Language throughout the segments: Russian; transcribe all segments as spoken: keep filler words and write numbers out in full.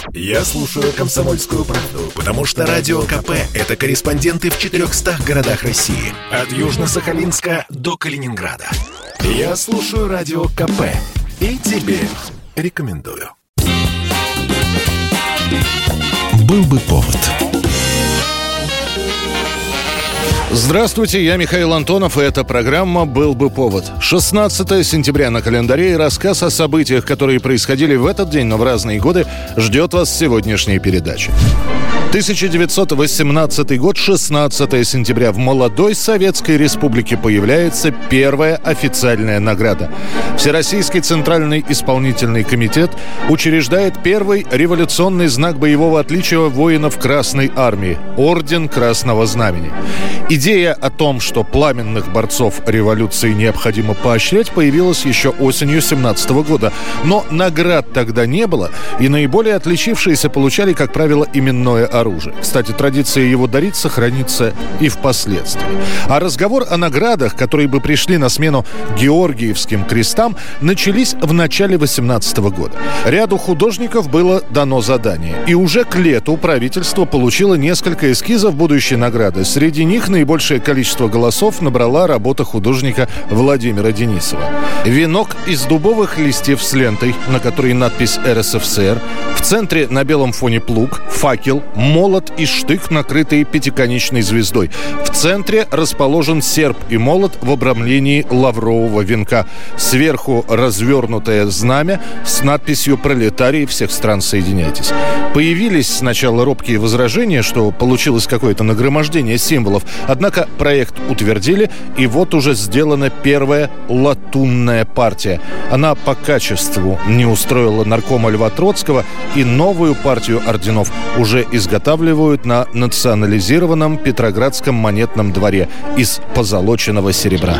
Я слушаю «Комсомольскую правду», потому что Радио КП – это корреспонденты в четырехстах городах России. От Южно-Сахалинска до Калининграда. Я слушаю Радио КП и тебе рекомендую. Был бы повод. Здравствуйте, я Михаил Антонов, и эта программа «Был бы повод». шестнадцатое сентября на календаре, и рассказ о событиях, которые происходили в этот день, но в разные годы, ждет вас в сегодняшней передаче. тысяча девятьсот восемнадцатый год, шестнадцатое сентября. В молодой Советской Республике появляется первая официальная награда. Всероссийский Центральный исполнительный комитет учреждает первый революционный знак боевого отличия воинов Красной Армии – Орден Красного Знамени. Идея о том, что пламенных борцов революции необходимо поощрять, появилась еще осенью семнадцатого года. Но наград тогда не было, и наиболее отличившиеся получали, как правило, именное оружие. Кстати, традиция его дарить сохранится и впоследствии. А разговор о наградах, которые бы пришли на смену Георгиевским крестам, начались в начале восемнадцатого года. Ряду художников было дано задание. И уже к лету правительство получило несколько эскизов будущей награды. Среди них наибольшее количество голосов набрала работа художника Владимира Денисова. Венок из дубовых листьев с лентой, на которой надпись эр эс эф эс эр. В центре на белом фоне плуг, факел, молот и штык, накрытые пятиконечной звездой. В центре расположен серп и молот в обрамлении лаврового венка. Сверху развернутое знамя с надписью «Пролетарии всех стран, соединяйтесь». Появились сначала робкие возражения, что получилось какое-то нагромождение символов. Однако проект утвердили, и вот уже сделана первая латунная партия. Она по качеству не устроила наркома Льва Троцкого, и новую партию орденов уже изготавливают на национализированном Петроградском монетном дворе из позолоченного серебра.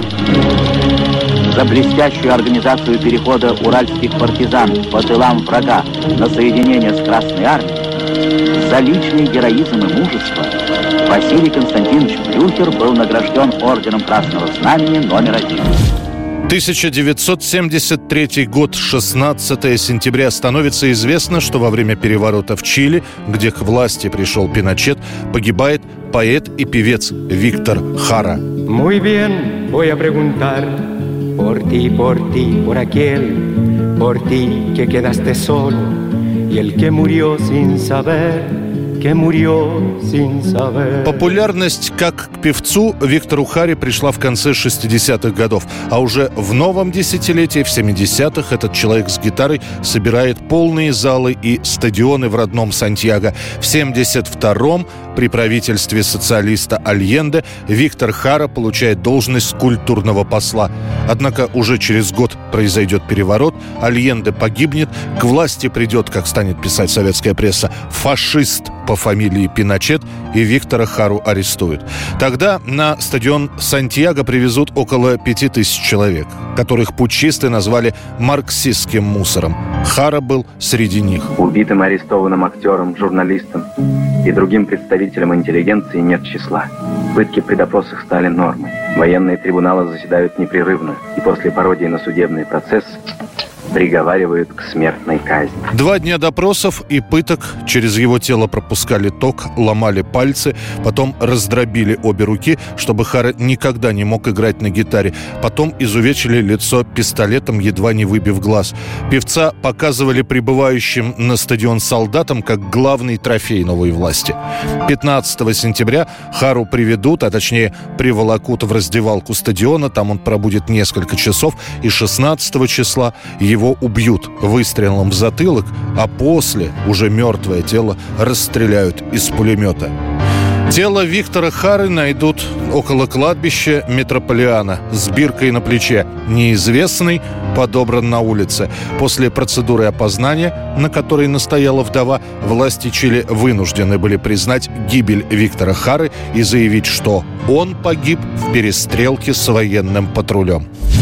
За блестящую организацию перехода уральских партизан по тылам врага на соединение с Красной Армией, за личный героизм и мужество Василий Константинович Блюхер был награжден орденом Красного Знамени номер один. тысяча девятьсот семьдесят третий год, шестнадцатое сентября. Становится известно, что во время переворота в Чили, где к власти пришел Пиночет, погибает поэт и певец Виктор Хара. Muy bien, voy a preguntar por ti, por ti, por aquel, por ti que quedaste solo y el que murió sin saber. Популярность как к певцу Виктору Харе пришла в конце шестидесятых годов, а уже в новом десятилетии, в семидесятых, этот человек с гитарой собирает полные залы и стадионы в родном Сантьяго. В семьдесят втором при правительстве социалиста Альенде Виктор Хара получает должность культурного посла. Однако уже через год произойдет переворот, Альенде погибнет, к власти придет, как станет писать советская пресса, фашист по фамилии Пиночет, и Виктора Хару арестуют. Тогда на стадион Сантьяго привезут около пяти тысяч человек, которых путчисты назвали марксистским мусором. Хара был среди них. Убитым арестованным актерам, журналистам и другим представителям интеллигенции нет числа. Пытки при допросах стали нормой. Военные трибуналы заседают непрерывно, и после пародии на судебный процесс приговаривают к смертной казни. Два дня допросов и пыток. Через его тело пропускали ток, ломали пальцы, потом раздробили обе руки, чтобы Хара никогда не мог играть на гитаре. Потом изувечили лицо пистолетом, едва не выбив глаз. Певца показывали прибывающим на стадион солдатам как главный трофей новой власти. пятнадцатого сентября Хару приведут, а точнее приволокут в раздевалку стадиона. Там он пробудет несколько часов, и шестнадцатого числа его Его убьют выстрелом в затылок, а после уже мертвое тело расстреляют из пулемета. Тело Виктора Хары найдут около кладбища Метрополиана с биркой на плече. Неизвестный подобран на улице. После процедуры опознания, на которой настояла вдова, власти Чили вынуждены были признать гибель Виктора Хары и заявить, что он погиб в перестрелке с военным патрулем.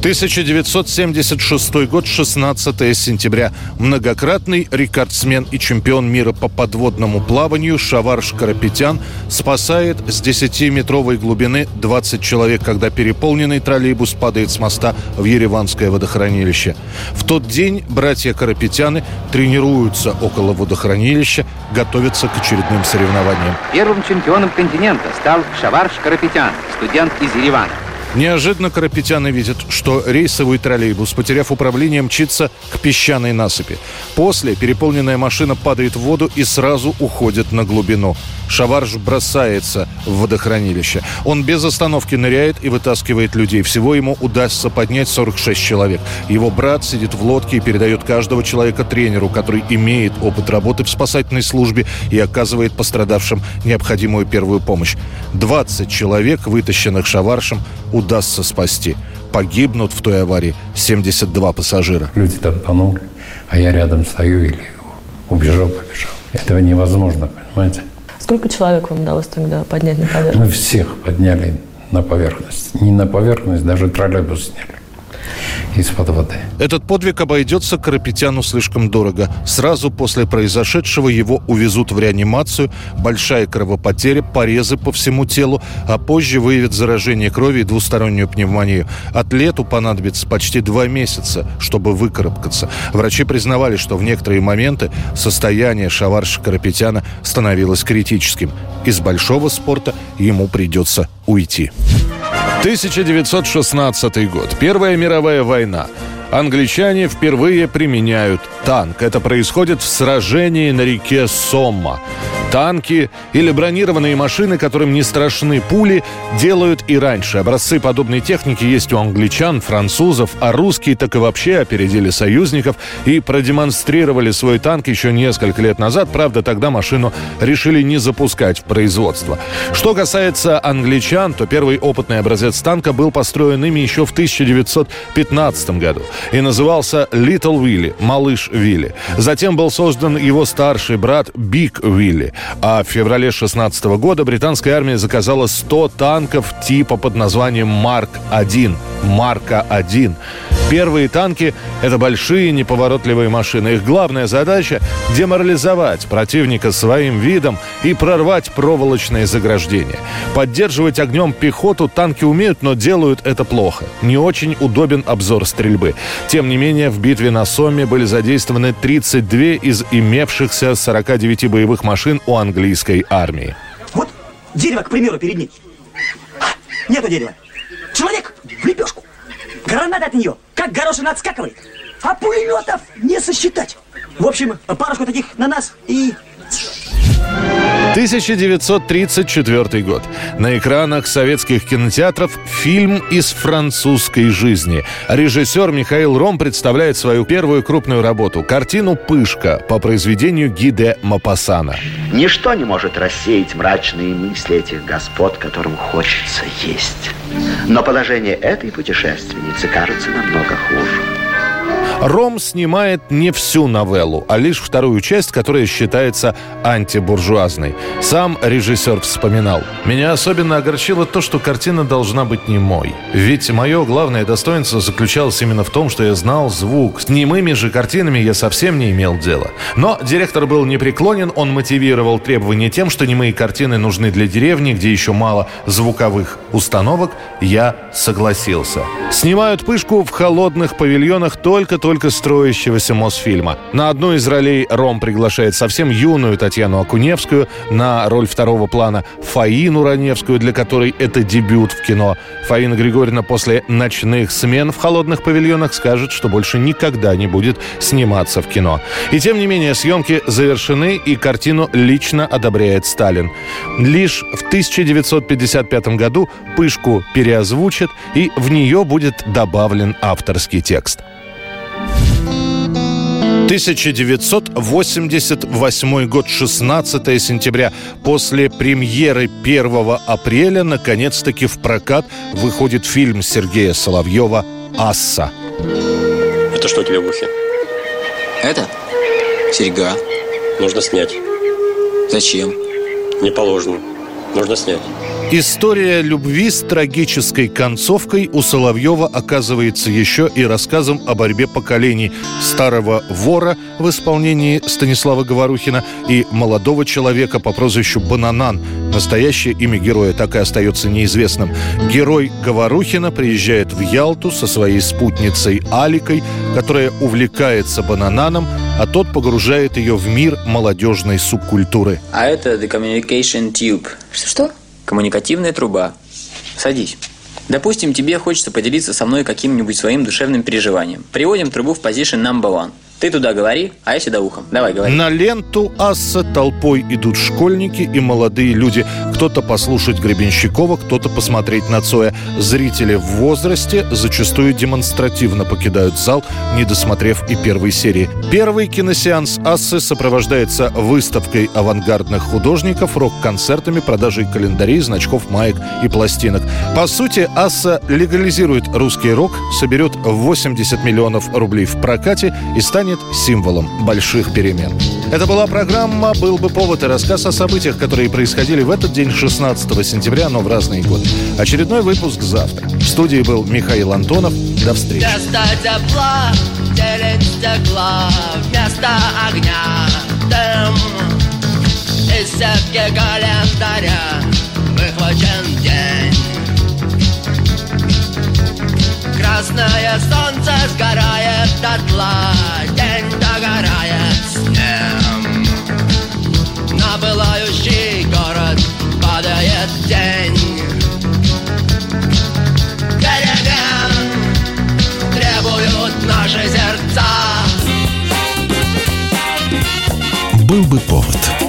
тысяча девятьсот семьдесят шестой год, шестнадцатое сентября. Многократный рекордсмен и чемпион мира по подводному плаванию Шаварш Карапетян спасает с десятиметровой глубины двадцать человек, когда переполненный троллейбус падает с моста в Ереванское водохранилище. В тот день братья Карапетяны тренируются около водохранилища, готовятся к очередным соревнованиям. Первым чемпионом континента стал Шаварш Карапетян, студент из Еревана. Неожиданно карапетяне видят, что рейсовый троллейбус, потеряв управление, мчится к песчаной насыпи. После переполненная машина падает в воду и сразу уходит на глубину. Шаварш бросается в водохранилище. Он без остановки ныряет и вытаскивает людей. Всего ему удастся поднять сорок шесть человек. Его брат сидит в лодке и передает каждого человека тренеру, который имеет опыт работы в спасательной службе и оказывает пострадавшим необходимую первую помощь. двадцать человек, вытащенных Шаваршем, удастся спасти. Погибнут в той аварии семьдесят два пассажира. Люди там тонули, а я рядом стою или убежал, побежал. Этого невозможно, понимаете? Сколько человек вам удалось тогда поднять на поверхность? Мы всех подняли на поверхность. Не на поверхность, даже троллейбус сняли из-под воды. Этот подвиг обойдется Карапетяну слишком дорого. Сразу после произошедшего его увезут в реанимацию. Большая кровопотеря, порезы по всему телу, а позже выявят заражение крови и двустороннюю пневмонию. Атлету понадобится почти два месяца, чтобы выкарабкаться. Врачи признавали, что в некоторые моменты состояние Шаварша Карапетяна становилось критическим. Из большого спорта ему придется уйти. тысяча девятьсот шестнадцатый год. Первая мировая война. Англичане впервые применяют танк. Это происходит в сражении на реке Сомма. Танки или бронированные машины, которым не страшны пули, делают и раньше. Образцы подобной техники есть у англичан, французов, а русские так и вообще опередили союзников и продемонстрировали свой танк еще несколько лет назад. Правда, тогда машину решили не запускать в производство. Что касается англичан, то первый опытный образец танка был построен ими еще в тысяча девятьсот пятнадцатом году и назывался Little Willie, малыш Вилли. Затем был создан его старший брат Big Willie. А в феврале шестнадцатого года британская армия заказала сто танков типа под названием Марк один. Марка один. Первые танки – это большие неповоротливые машины. Их главная задача – деморализовать противника своим видом и прорвать проволочные заграждения. Поддерживать огнем пехоту танки умеют, но делают это плохо. Не очень удобен обзор стрельбы. Тем не менее, в битве на Сомме были задействованы тридцать две из имевшихся сорока девяти боевых машин у английской армии. Вот дерево, к примеру, перед ним. Нету дерева. Человек в лепешку. Граната от нее, как горошина, отскакивает. А пулеметов не сосчитать. В общем, парочку таких на нас и... тысяча девятьсот тридцать четвёртый год. На экранах советских кинотеатров фильм из французской жизни. Режиссер Михаил Ром представляет свою первую крупную работу – картину «Пышка» по произведению Ги де Мопассана. Ничто не может рассеять мрачные мысли этих господ, которым хочется есть. Но положение этой путешественницы кажется намного хуже. Ром снимает не всю новеллу, а лишь вторую часть, которая считается антибуржуазной. Сам режиссер вспоминал: «Меня особенно огорчило то, что картина должна быть немой. Ведь мое главное достоинство заключалось именно в том, что я знал звук. С немыми же картинами я совсем не имел дела». Но директор был непреклонен, он мотивировал требования тем, что немые картины нужны для деревни, где еще мало звуковых установок. Я согласился. Снимают «Пышку» в холодных павильонах только-только строящегося Мосфильма. На одну из ролей Ром приглашает совсем юную Татьяну Окуневскую, на роль второго плана Фаину Раневскую, для которой это дебют в кино. Фаина Григорьевна после ночных смен в холодных павильонах скажет, что больше никогда не будет сниматься в кино. И тем не менее, съемки завершены, и картину лично одобряет Сталин. Лишь в тысяча девятьсот пятьдесят пятом году «Пышку» переозвучат, и в нее будет добавлен авторский текст. тысяча девятьсот восемьдесят восьмой год, шестнадцатое сентября. После премьеры первого апреля наконец-таки в прокат выходит фильм Сергея Соловьева «Асса». Это что у тебя в ухе? Это? Серьга. Нужно снять. Зачем? Не положено. Нужно снять. История любви с трагической концовкой у Соловьева оказывается еще и рассказом о борьбе поколений старого вора в исполнении Станислава Говорухина и молодого человека по прозвищу Бананан. Настоящее имя героя так и остается неизвестным. Герой Говорухина приезжает в Ялту со своей спутницей Аликой, которая увлекается Банананом, а тот погружает ее в мир молодежной субкультуры. А это The Communication Tube. Что-что? Коммуникативная труба. Садись. Допустим, тебе хочется поделиться со мной каким-нибудь своим душевным переживанием. Приводим трубу в позиtion number one. Ты туда говори, а я сюда ухом. Давай, говори. На ленту Асса толпой идут школьники и молодые люди. Кто-то послушать Гребенщикова, кто-то посмотреть на Цоя. Зрители в возрасте зачастую демонстративно покидают зал, не досмотрев и первой серии. Первый киносеанс Ассы сопровождается выставкой авангардных художников, рок-концертами, продажей календарей, значков, маек и пластинок. По сути, Асса легализирует русский рок, соберет восемьдесят миллионов рублей в прокате и станет символом больших перемен. Это была программа «Был бы повод» и рассказ о событиях, которые происходили в этот день, шестнадцатого сентября, но в разные годы. Очередной выпуск завтра. В студии был Михаил Антонов. До встречи. Вместо тепла зелень стекла, вместо огня дым. Из сетки календаря выхвачен день. Красное солнце сгорает дотла, день догорает с ним. На пылающий город падает день. Перемен требуют наши сердца. Был бы повод.